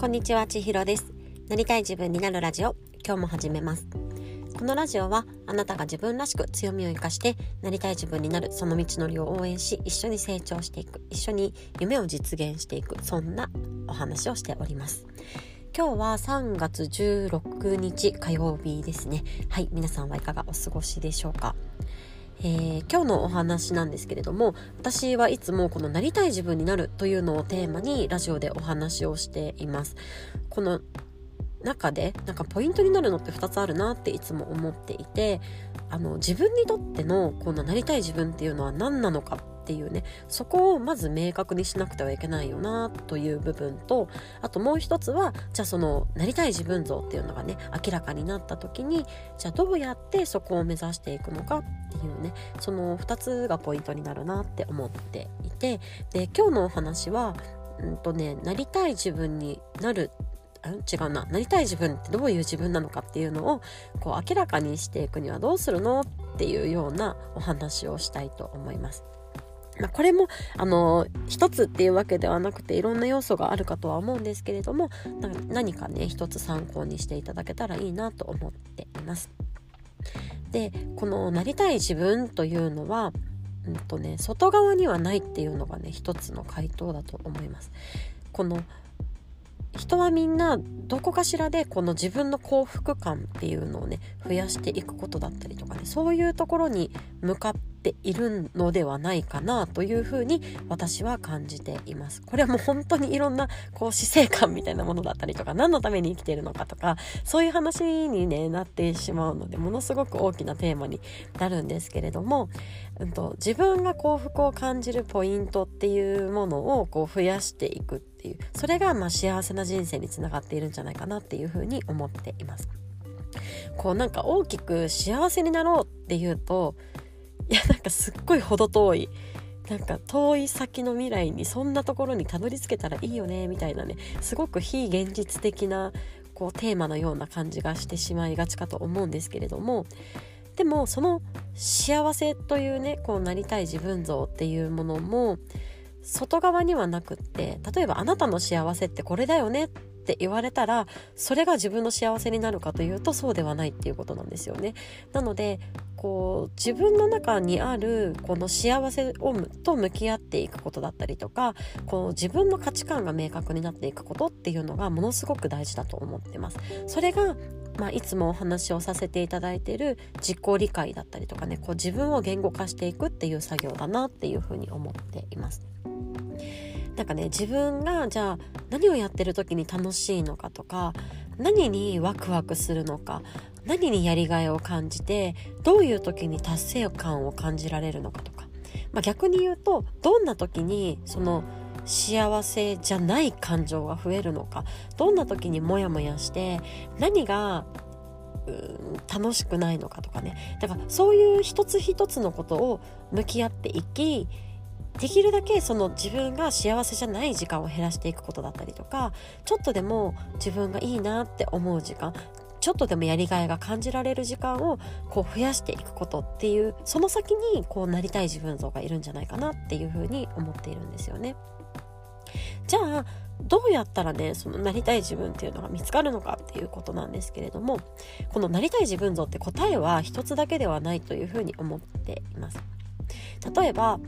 こんにちは、ちひろです。なりたい自分になるラジオ、今日も始めます。このラジオはあなたが自分らしく強みを生かしてなりたい自分になるその道のりを応援し、一緒に成長していく、一緒に夢を実現していく、そんなお話をしております。今日は3月16日火曜日ですね。はい、皆さんはいかがお過ごしでしょうか。今日のお話なんですけれども、私はいつもこのなりたい自分になるというのをテーマにラジオでお話をしています。この中でポイントになるのって2つあるなっていつも思っていて、自分にとってのこのなりたい自分っていうのは何なのかっていうね、そこをまず明確にしなくてはいけないよなという部分と、あともう一つはじゃあそのなりたい自分像っていうのがね明らかになった時に、じゃあどうやってそこを目指していくのかっていうね、その2つがポイントになるなって思っていて、で今日のお話はなりたい自分になるなりたい自分ってどういう自分なのかっていうのをこう明らかにしていくにはどうするのっていうようなお話をしたいと思います。これも一つっていうわけではなくていろんな要素があるかとは思うんですけれども、何かね一つ参考にしていただけたらいいなと思っています。で、このなりたい自分というのは外側にはないっていうのがね一つの回答だと思います。この人はみんなどこかしらでこの自分の幸福感っていうのをね増やしていくことだったりとかね、そういうところに向かっているのではないかなというふうに私は感じています。これはもう本当にいろんな死生観みたいなものだったりとか、何のために生きているのかとか、そういう話に、なってしまうのでものすごく大きなテーマになるんですけれども、自分が幸福を感じるポイントっていうものを増やしていくっていう、それが幸せな人生につながっているんじゃないかなっていうふうに思っています。大きく幸せになろうっていうと、すっごい程遠い遠い先の未来にそんなところにたどり着けたらいいよねみたいなね、すごく非現実的なテーマのような感じがしてしまいがちかと思うんですけれども、でもその幸せというねなりたい自分像っていうものも外側にはなくって、例えばあなたの幸せってこれだよねって言われたら、それが自分の幸せになるかというとそうではないっていうことなんですよね。なので自分の中にあるこの幸せと向き合っていくことだったりとか、自分の価値観が明確になっていくことっていうのがものすごく大事だと思ってます。それがいつもお話をさせていただいている自己理解だったりとかね、自分を言語化していくっていう作業だなっていうふうに思っています。自分がじゃあ何をやってる時に楽しいのかとか、何にワクワクするのか、何にやりがいを感じて、どういう時に達成感を感じられるのかとか、逆に言うとどんな時にその幸せじゃない感情が増えるのか、どんな時にモヤモヤして何が楽しくないのかとかね、そういう一つ一つのことを向き合っていき、できるだけその自分が幸せじゃない時間を減らしていくことだったりとか、ちょっとでも自分がいいなって思う時間、ちょっとでもやりがいが感じられる時間を増やしていくことっていう、その先になりたい自分像がいるんじゃないかなっていうふうに思っているんですよね。じゃあどうやったらねそのなりたい自分っていうのが見つかるのかっていうことなんですけれども、このなりたい自分像って答えは一つだけではないというふうに思っています。例えば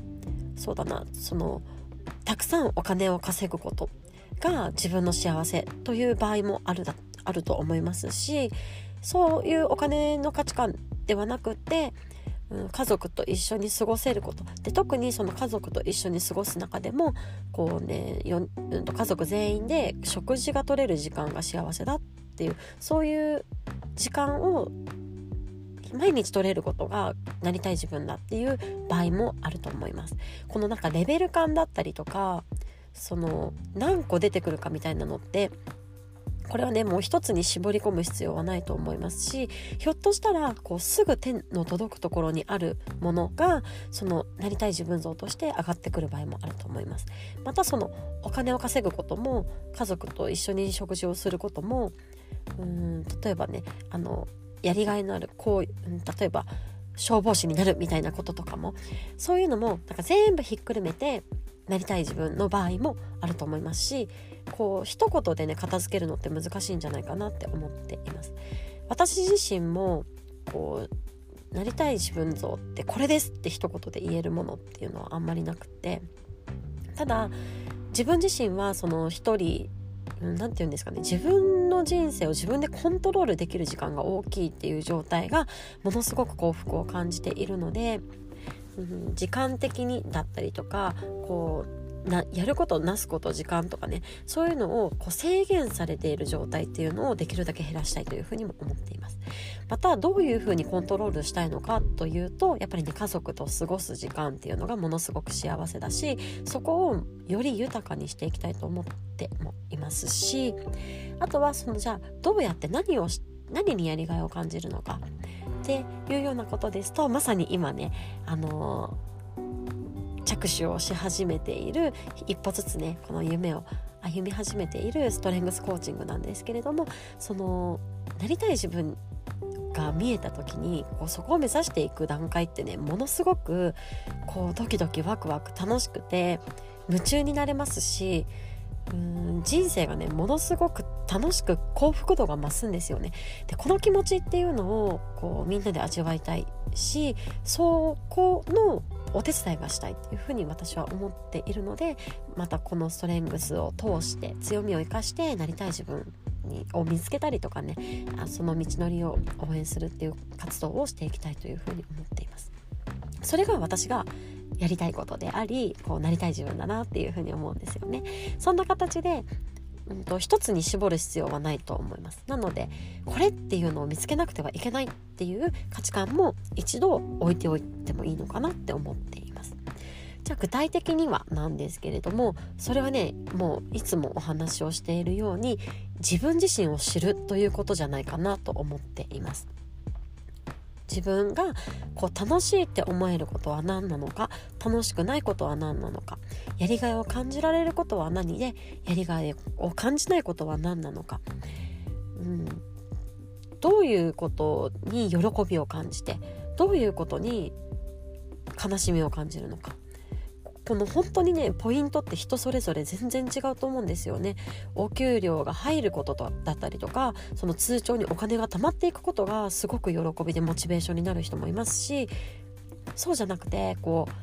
たくさんお金を稼ぐことが自分の幸せという場合もあると思いますし、そういうお金の価値観ではなくて、家族と一緒に過ごせることで、特にその家族と一緒に過ごす中でも家族全員で食事が取れる時間が幸せだっていう、そういう時間を毎日取れることがなりたい自分だっていう場合もあると思います。このレベル感だったりとか、何個出てくるかみたいなのって、これはねもう一つに絞り込む必要はないと思いますし、ひょっとしたらすぐ手の届くところにあるものがそのなりたい自分像として上がってくる場合もあると思います。またお金を稼ぐことも、家族と一緒に食事をすることも、例えばねやりがいのある例えば消防士になるみたいなこととかも、そういうのも全部ひっくるめてなりたい自分の場合もあると思いますし、こう一言でね片付けるのって難しいんじゃないかなって思っています。私自身もこうなりたい自分像ってこれですって一言で言えるものっていうのはあんまりなくて、ただ自分自身はその一人なんていうんですかね、自分の人生を自分でコントロールできる時間が大きいっていう状態がものすごく幸福を感じているので、時間的にだったりとかこうやることなすこと時間とかね、そういうのをこう制限されている状態っていうのをできるだけ減らしたいというふうにも思っています。またどういうふうにコントロールしたいのかというと、やっぱりね家族と過ごす時間っていうのがものすごく幸せだし、そこをより豊かにしていきたいと思ってもいますし、あとはじゃあどうやって何にやりがいを感じるのかっていうようなことですと、まさに今ね着手をし始めている、一歩ずつねこの夢を歩み始めているストレングスコーチングなんですけれども、なりたい自分が見えた時にそこを目指していく段階ってね、ものすごくドキドキワクワク楽しくて夢中になれますし、人生がねものすごく楽しく幸福度が増すんですよね。でこの気持ちっていうのをみんなで味わいたいし、そこのお手伝いがしたいっていうふうに私は思っているので、またこのストレングスを通して強みを生かしてなりたい自分を見つけたりとかね、その道のりを応援するっていう活動をしていきたいというふうに思っています。それが私がやりたいことであり、なりたい自分だなっていうふうに思うんですよね。そんな形で一つに絞る必要はないと思います。なのでこれっていうのを見つけなくてはいけないっていう価値観も一度置いておいてもいいのかなって思っています。じゃあ具体的にはなんですけれども、それはねもういつもお話をしているように自分自身を知るということじゃないかなと思っています。自分が楽しいって思えることは何なのか、楽しくないことは何なのか、やりがいを感じられることは何で、やりがいを感じないことは何なのか、どういうことに喜びを感じて、どういうことに悲しみを感じるのか、本当にねポイントって人それぞれ全然違うと思うんですよね。お給料が入ることだったりとか、その通帳にお金が貯まっていくことがすごく喜びでモチベーションになる人もいますし、そうじゃなくて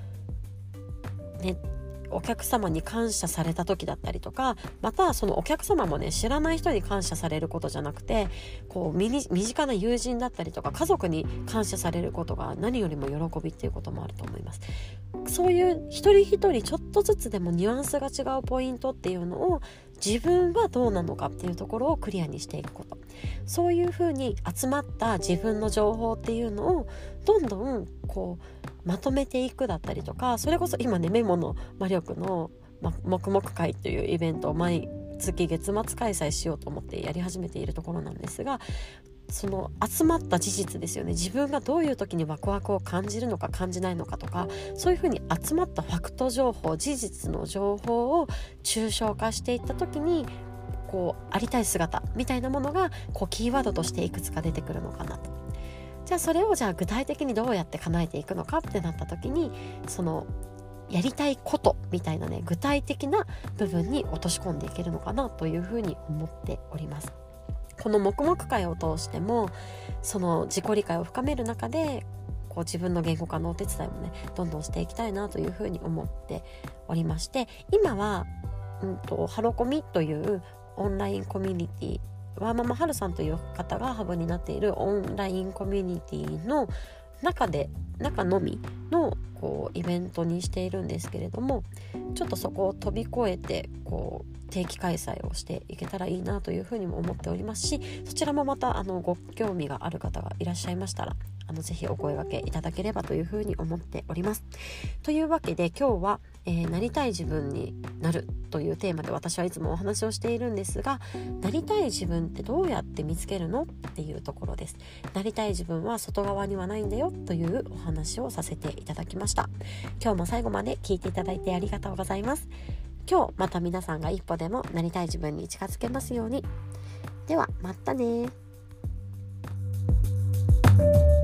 お客様に感謝された時だったりとか、またそのお客様もね知らない人に感謝されることじゃなくて、身近な友人だったりとか家族に感謝されることが何よりも喜びっていうこともあると思います。そういう一人一人ちょっとずつでもニュアンスが違うポイントっていうのを、自分はどうなのかっていうところをクリアにしていくこと、そういうふうに集まった自分の情報っていうのをどんどんまとめていくだったりとか、それこそ今ねメモの魔力の黙々会というイベントを毎月月末開催しようと思ってやり始めているところなんですが、その集まった事実ですよね。自分がどういう時にワクワクを感じるのか感じないのかとか、そういうふうに集まったファクト情報、事実の情報を抽象化していった時にありたい姿みたいなものがキーワードとしていくつか出てくるのかなと。じゃあそれを具体的にどうやって叶えていくのかってなった時に、そのやりたいことみたいなね具体的な部分に落とし込んでいけるのかなというふうに思っております。この黙々会を通してもその自己理解を深める中で自分の言語化のお手伝いもねどんどんしていきたいなというふうに思っておりまして、今はハロコミというオンラインコミュニティ、ワーママハルさんという方がハブになっているオンラインコミュニティの中のみのイベントにしているんですけれども、ちょっとそこを飛び越えて定期開催をしていけたらいいなというふうにも思っておりますし、そちらもまたご興味がある方がいらっしゃいましたらぜひお声掛けいただければというふうに思っております。というわけで今日は、なりたい自分になるというテーマで私はいつもお話をしているんですが、なりたい自分ってどうやって見つけるのっていうところです。なりたい自分は外側にはないんだよというお話をさせていただきました。今日も最後まで聞いていただいてありがとうございます。今日また皆さんが一歩でもなりたい自分に近づけますように。ではまたね。